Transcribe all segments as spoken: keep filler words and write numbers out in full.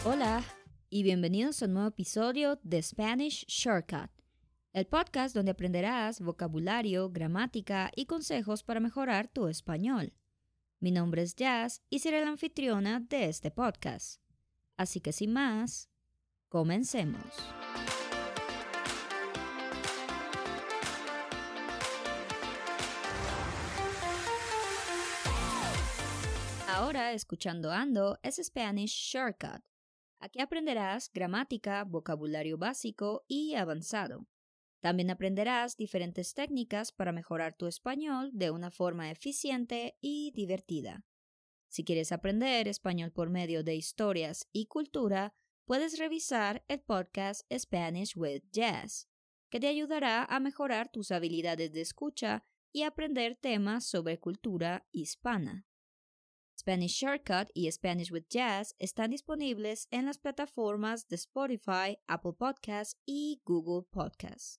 Hola y bienvenidos a un nuevo episodio de Spanish Shortcut, el podcast donde aprenderás vocabulario, gramática y consejos para mejorar tu español. Mi nombre es Jazz y seré la anfitriona de este podcast. Así que sin más, comencemos. Ahora, escuchando Ando, es Spanish Shortcut. Aquí aprenderás gramática, vocabulario básico y avanzado. También aprenderás diferentes técnicas para mejorar tu español de una forma eficiente y divertida. Si quieres aprender español por medio de historias y cultura, puedes revisar el podcast Spanish with Jazz, que te ayudará a mejorar tus habilidades de escucha y aprender temas sobre cultura hispana. Spanish Shortcut y Spanish with Jazz están disponibles en las plataformas de Spotify, Apple Podcasts y Google Podcasts.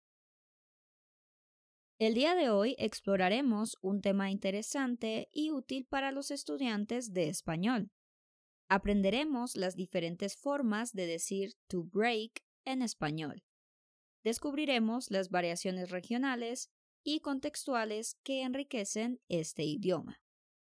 El día de hoy exploraremos un tema interesante y útil para los estudiantes de español. Aprenderemos las diferentes formas de decir to break en español. Descubriremos las variaciones regionales y contextuales que enriquecen este idioma.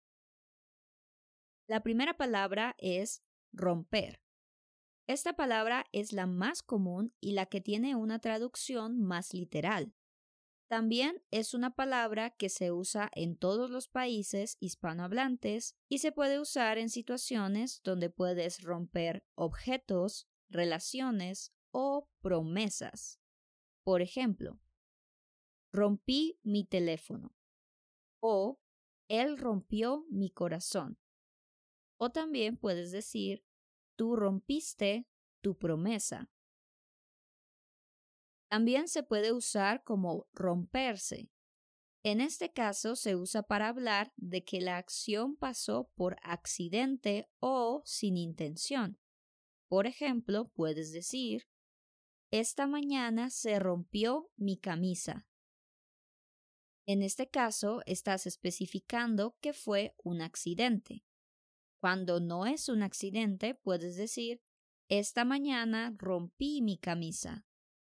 La primera palabra es romper. Esta palabra es la más común y la que tiene una traducción más literal. También es una palabra que se usa en todos los países hispanohablantes y se puede usar en situaciones donde puedes romper objetos, relaciones o promesas. Por ejemplo, rompí mi teléfono o él rompió mi corazón. O también puedes decir, tú rompiste tu promesa. También se puede usar como romperse. En este caso se usa para hablar de que la acción pasó por accidente o sin intención. Por ejemplo, puedes decir, esta mañana se rompió mi camisa. En este caso estás especificando que fue un accidente. Cuando no es un accidente, puedes decir, esta mañana rompí mi camisa.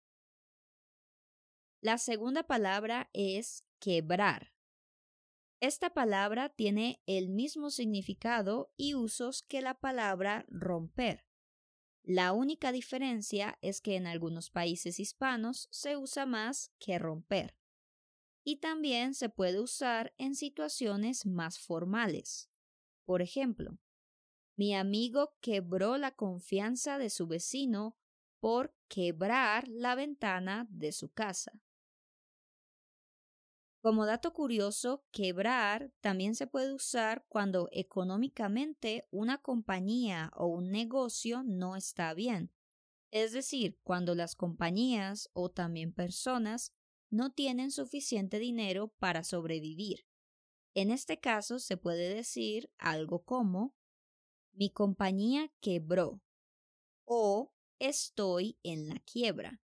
La segunda palabra es quebrar. Esta palabra tiene el mismo significado y usos que la palabra romper. La única diferencia es que en algunos países hispanos se usa más que romper. Y también se puede usar en situaciones más formales. Por ejemplo, mi amigo quebró la confianza de su vecino por quebrar la ventana de su casa. Como dato curioso, quebrar también se puede usar cuando económicamente una compañía o un negocio no está bien. Es decir, cuando las compañías o también personas no tienen suficiente dinero para sobrevivir. En este caso se puede decir algo como mi compañía quebró o estoy en la quiebra.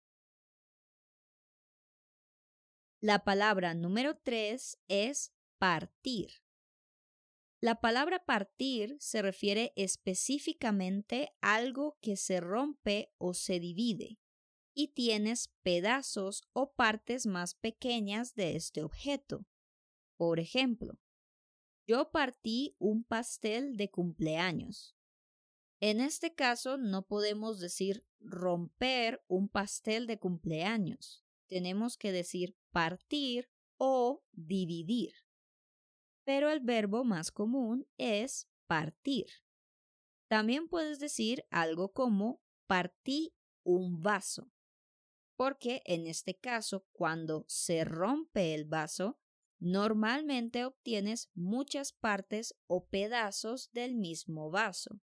La palabra número tres es partir. La palabra partir se refiere específicamente a algo que se rompe o se divide y tienes pedazos o partes más pequeñas de este objeto. Por ejemplo, yo partí un pastel de cumpleaños. En este caso no podemos decir romper un pastel de cumpleaños. Tenemos que decir partir o dividir. Pero el verbo más común es partir. También puedes decir algo como partí un vaso, porque en este caso, cuando se rompe el vaso, normalmente obtienes muchas partes o pedazos del mismo vaso.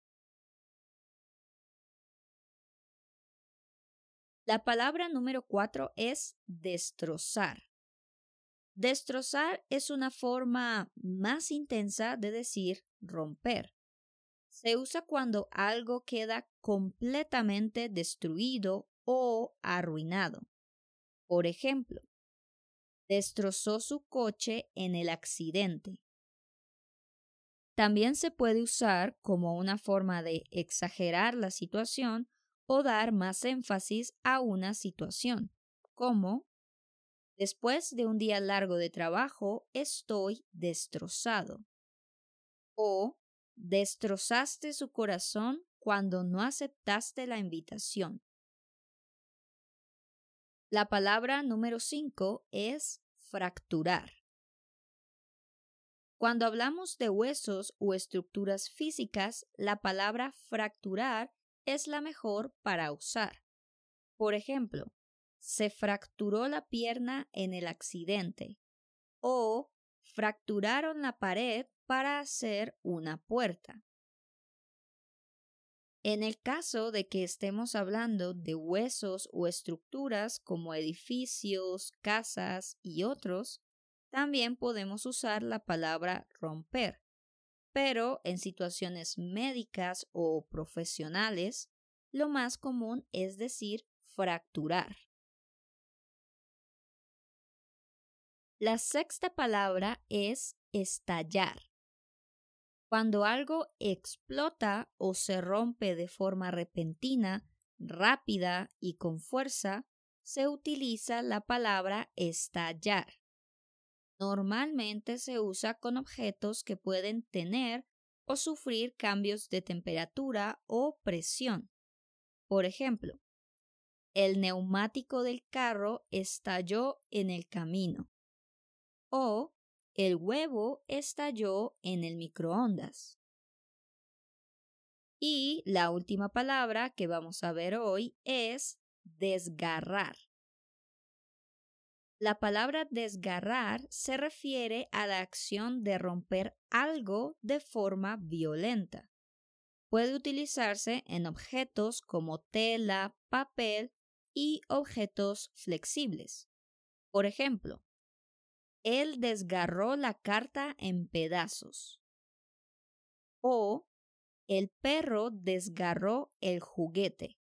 La palabra número cuatro es destrozar. Destrozar es una forma más intensa de decir romper. Se usa cuando algo queda completamente destruido o arruinado. Por ejemplo, destrozó su coche en el accidente. También se puede usar como una forma de exagerar la situación o dar más énfasis a una situación, como después de un día largo de trabajo estoy destrozado o destrozaste su corazón cuando no aceptaste la invitación. La palabra número cinco es fracturar. Cuando hablamos de huesos o estructuras físicas, la palabra fracturar es la mejor para usar. Por ejemplo, se fracturó la pierna en el accidente o fracturaron la pared para hacer una puerta. En el caso de que estemos hablando de huesos o estructuras como edificios, casas y otros, también podemos usar la palabra romper, pero en situaciones médicas o profesionales, lo más común es decir fracturar. La sexta palabra es estallar. Cuando algo explota o se rompe de forma repentina, rápida y con fuerza, se utiliza la palabra estallar. Normalmente se usa con objetos que pueden tener o sufrir cambios de temperatura o presión. Por ejemplo, el neumático del carro estalló en el camino o el huevo estalló en el microondas. Y la última palabra que vamos a ver hoy es desgarrar. La palabra desgarrar se refiere a la acción de romper algo de forma violenta. Puede utilizarse en objetos como tela, papel y objetos flexibles. Por ejemplo, él desgarró la carta en pedazos. O el perro desgarró el juguete.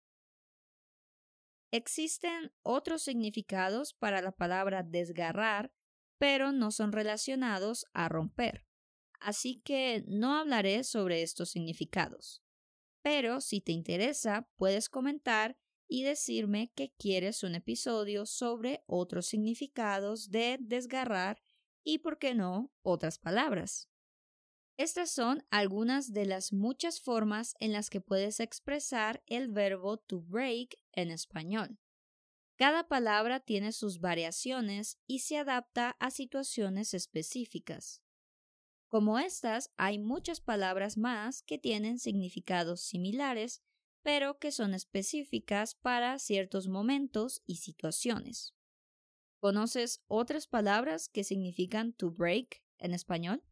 Existen otros significados para la palabra desgarrar, pero no son relacionados a romper. Así que no hablaré sobre estos significados. Pero si te interesa, puedes comentar y decirme que quieres un episodio sobre otros significados de desgarrar y, por qué no, otras palabras. Estas son algunas de las muchas formas en las que puedes expresar el verbo to break en español. Cada palabra tiene sus variaciones y se adapta a situaciones específicas. Como estas, hay muchas palabras más que tienen significados similares, pero que son específicas para ciertos momentos y situaciones. ¿Conoces otras palabras que significan to break en español?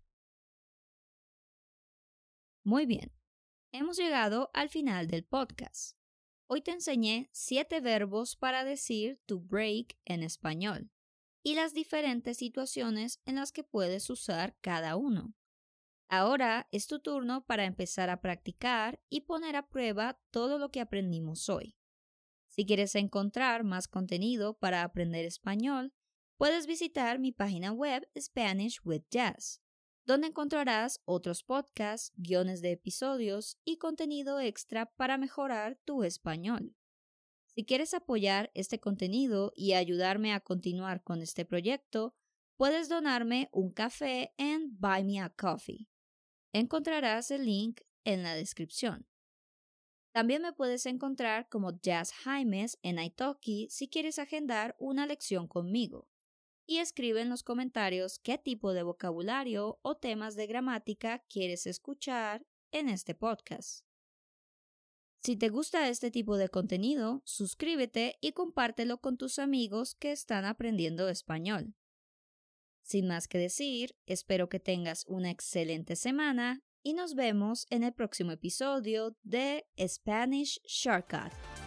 Muy bien, hemos llegado al final del podcast. Hoy te enseñé siete verbos para decir to break en español y las diferentes situaciones en las que puedes usar cada uno. Ahora es tu turno para empezar a practicar y poner a prueba todo lo que aprendimos hoy. Si quieres encontrar más contenido para aprender español, puedes visitar mi página web Spanish with Jazz, donde encontrarás otros podcasts, guiones de episodios y contenido extra para mejorar tu español. Si quieres apoyar este contenido y ayudarme a continuar con este proyecto, puedes donarme un café en Buy Me a Coffee. Encontrarás el link en la descripción. También me puedes encontrar como Jazz Jaimes en Italki si quieres agendar una lección conmigo. Y escribe en los comentarios qué tipo de vocabulario o temas de gramática quieres escuchar en este podcast. Si te gusta este tipo de contenido, suscríbete y compártelo con tus amigos que están aprendiendo español. Sin más que decir, espero que tengas una excelente semana y nos vemos en el próximo episodio de Spanish Shortcut.